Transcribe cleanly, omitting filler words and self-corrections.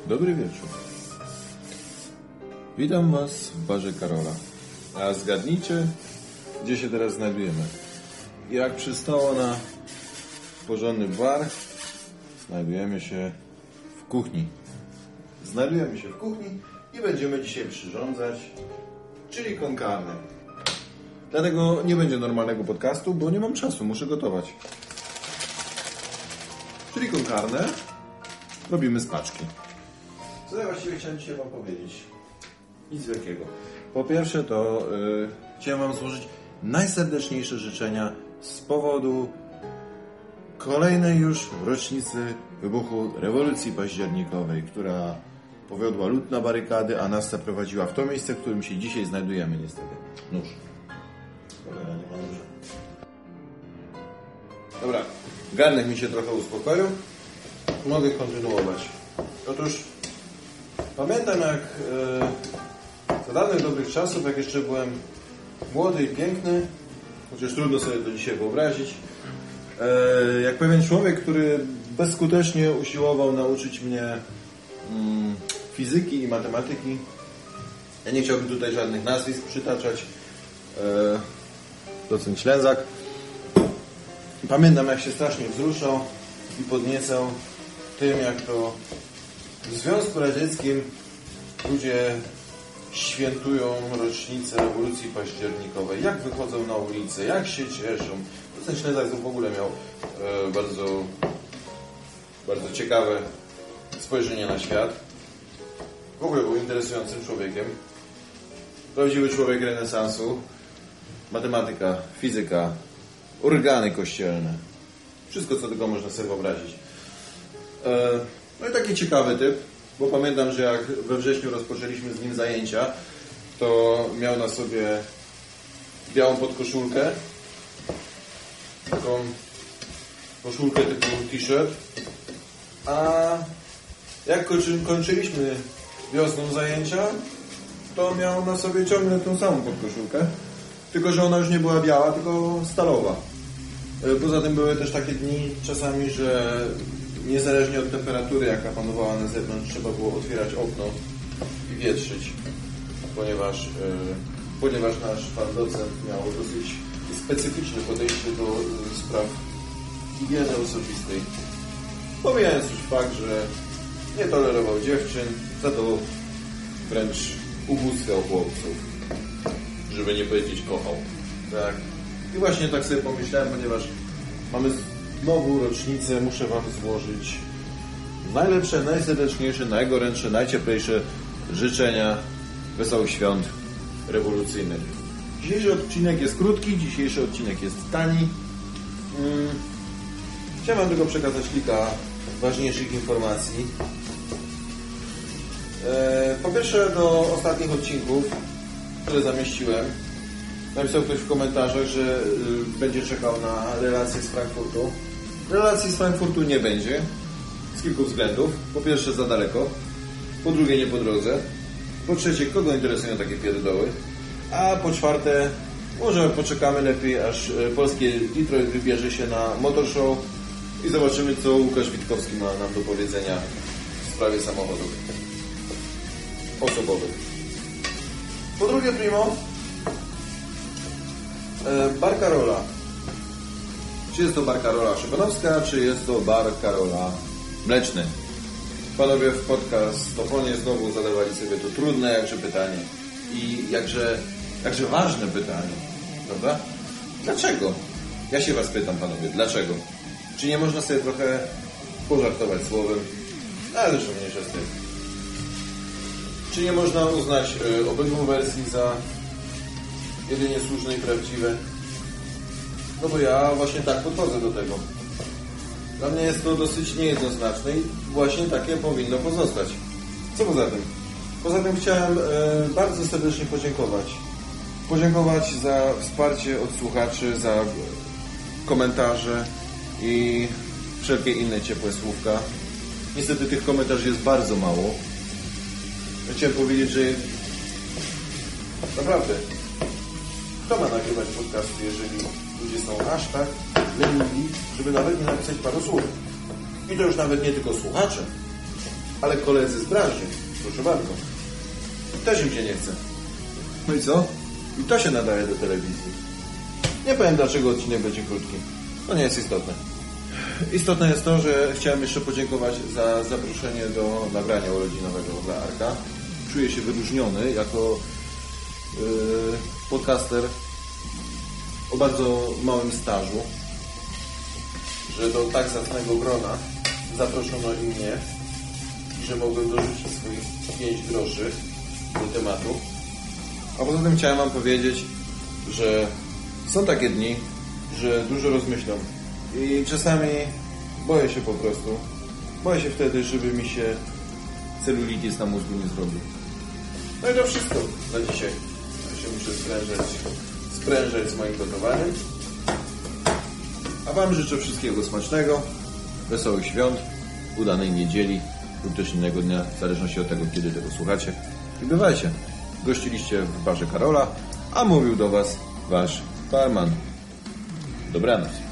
Dobry wieczór. Witam Was w barze Karola. A zgadnijcie, gdzie się teraz znajdujemy. Jak przystało na porządny bar, znajdujemy się w kuchni. Znajdujemy się w kuchni i będziemy dzisiaj przyrządzać chili con carne. Dlatego nie będzie normalnego podcastu, bo nie mam czasu, muszę gotować. Chili con carne robimy z paczki. Co ja właściwie chciałem dzisiaj Wam powiedzieć? Nic wielkiego. Po pierwsze to chciałem Wam złożyć najserdeczniejsze życzenia z powodu kolejnej już rocznicy wybuchu rewolucji październikowej, która powiodła lud na barykady, a nas zaprowadziła w to miejsce, w którym się dzisiaj znajdujemy niestety. Nóż. Cholera, nie ma nóża. Dobra, garnek mi się trochę uspokoił. Mogę kontynuować. Otóż pamiętam jak za dawnych dobrych czasów, jak jeszcze byłem młody i piękny, chociaż trudno sobie to dzisiaj wyobrazić, jak pewien człowiek, który bezskutecznie usiłował nauczyć mnie fizyki i matematyki. Ja nie chciałbym tutaj żadnych nazwisk przytaczać. Docent Ślęzak. Pamiętam jak się strasznie wzruszał i podniecał tym, jak to w Związku Radzieckim ludzie świętują rocznicę rewolucji październikowej, jak wychodzą na ulicę, jak się cieszą. Ten Ślęzak w ogóle miał bardzo ciekawe spojrzenie na świat. W ogóle był interesującym człowiekiem. Prawdziwy człowiek renesansu. Matematyka, fizyka, organy kościelne. Wszystko, co tylko można sobie wyobrazić. No i taki ciekawy typ, bo pamiętam, że jak we wrześniu rozpoczęliśmy z nim zajęcia, to miał na sobie białą podkoszulkę, taką koszulkę typu t-shirt, a jak kończyliśmy wiosną zajęcia, to miał na sobie ciągle tą samą podkoszulkę, tylko że ona już nie była biała, tylko stalowa. Poza tym były też takie dni czasami, że niezależnie od temperatury, jaka panowała na zewnątrz, trzeba było otwierać okno i wietrzyć, ponieważ nasz pan docent miał dosyć specyficzne podejście do spraw higieny osobistej. Pomijając już fakt, że nie tolerował dziewczyn, za to wręcz ubóstwiał chłopców, żeby nie powiedzieć kochał. Tak. I właśnie tak sobie pomyślałem, ponieważ mamy znowu rocznicę, muszę Wam złożyć najlepsze, najserdeczniejsze, najgorętsze, najcieplejsze życzenia wesołych świąt rewolucyjnych. Dzisiejszy odcinek jest krótki, dzisiejszy odcinek jest tani. Chciałem Wam tylko przekazać kilka ważniejszych informacji. Po pierwsze do ostatnich odcinków, które zamieściłem, napisał ktoś w komentarzach, że będzie czekał na relację z Frankfurtu. Relacji z Frankfurtu nie będzie. Z kilku względów. Po pierwsze za daleko. Po drugie nie po drodze. Po trzecie kogo interesują takie pierdoły. A po czwarte może poczekamy lepiej, aż polskie Detroit wybierze się na Motor Show i zobaczymy, co Łukasz Witkowski ma nam do powiedzenia w sprawie samochodów osobowych. Po drugie, primo, bar Karola. Czy jest to bar Karola Szypanowska, czy jest to bar Karola Mleczny? Panowie w podcastofonie znowu zadawali sobie to trudne jakże pytanie. I jakże ważne pytanie. Prawda? Dlaczego? Ja się Was pytam, panowie, dlaczego? Czy nie można sobie trochę pożartować słowem? Ale zresztą mniejsza z tym. Czy nie można uznać obydwu wersji za jedynie słuszne i prawdziwe? No bo ja właśnie tak podchodzę do tego. Dla mnie jest to dosyć niejednoznaczne i właśnie takie powinno pozostać. Co poza tym? Poza tym chciałem bardzo serdecznie podziękować. Podziękować za wsparcie od słuchaczy, za komentarze i wszelkie inne ciepłe słówka. Niestety tych komentarzy jest bardzo mało. Chciałem powiedzieć, że naprawdę kto ma nagrywać podcasty, jeżeli ludzie są aż tak leniwi, żeby nawet nie napisać paru słów. I to już nawet nie tylko słuchacze, Ale koledzy z branży, proszę bardzo, też im się nie chce. No i co? I to się nadaje do telewizji. Nie powiem, dlaczego odcinek będzie krótki. To nie jest istotne. Istotne jest to, że chciałem jeszcze podziękować za zaproszenie do nagrania urodzinowego dla Arka. Czuję się wyróżniony jako podcaster o bardzo małym stażu, że do tak zacnego grona zaproszono i mnie i że mogłem dorzucić swoich 5 groszy do tematu. A poza tym chciałem wam powiedzieć, że są takie dni, że dużo rozmyślam i czasami boję się po prostu. Boję się wtedy, żeby mi się celulitis na mózgu nie zrobił. No i to wszystko na dzisiaj. Ja się muszę sprężać z moim gotowaniem. A wam życzę wszystkiego smacznego, wesołych świąt, udanej niedzieli lub też innego dnia, w zależności od tego, kiedy tego słuchacie. I bywajcie. Gościliście w barze Karola, a mówił do was wasz barman. Dobranoc.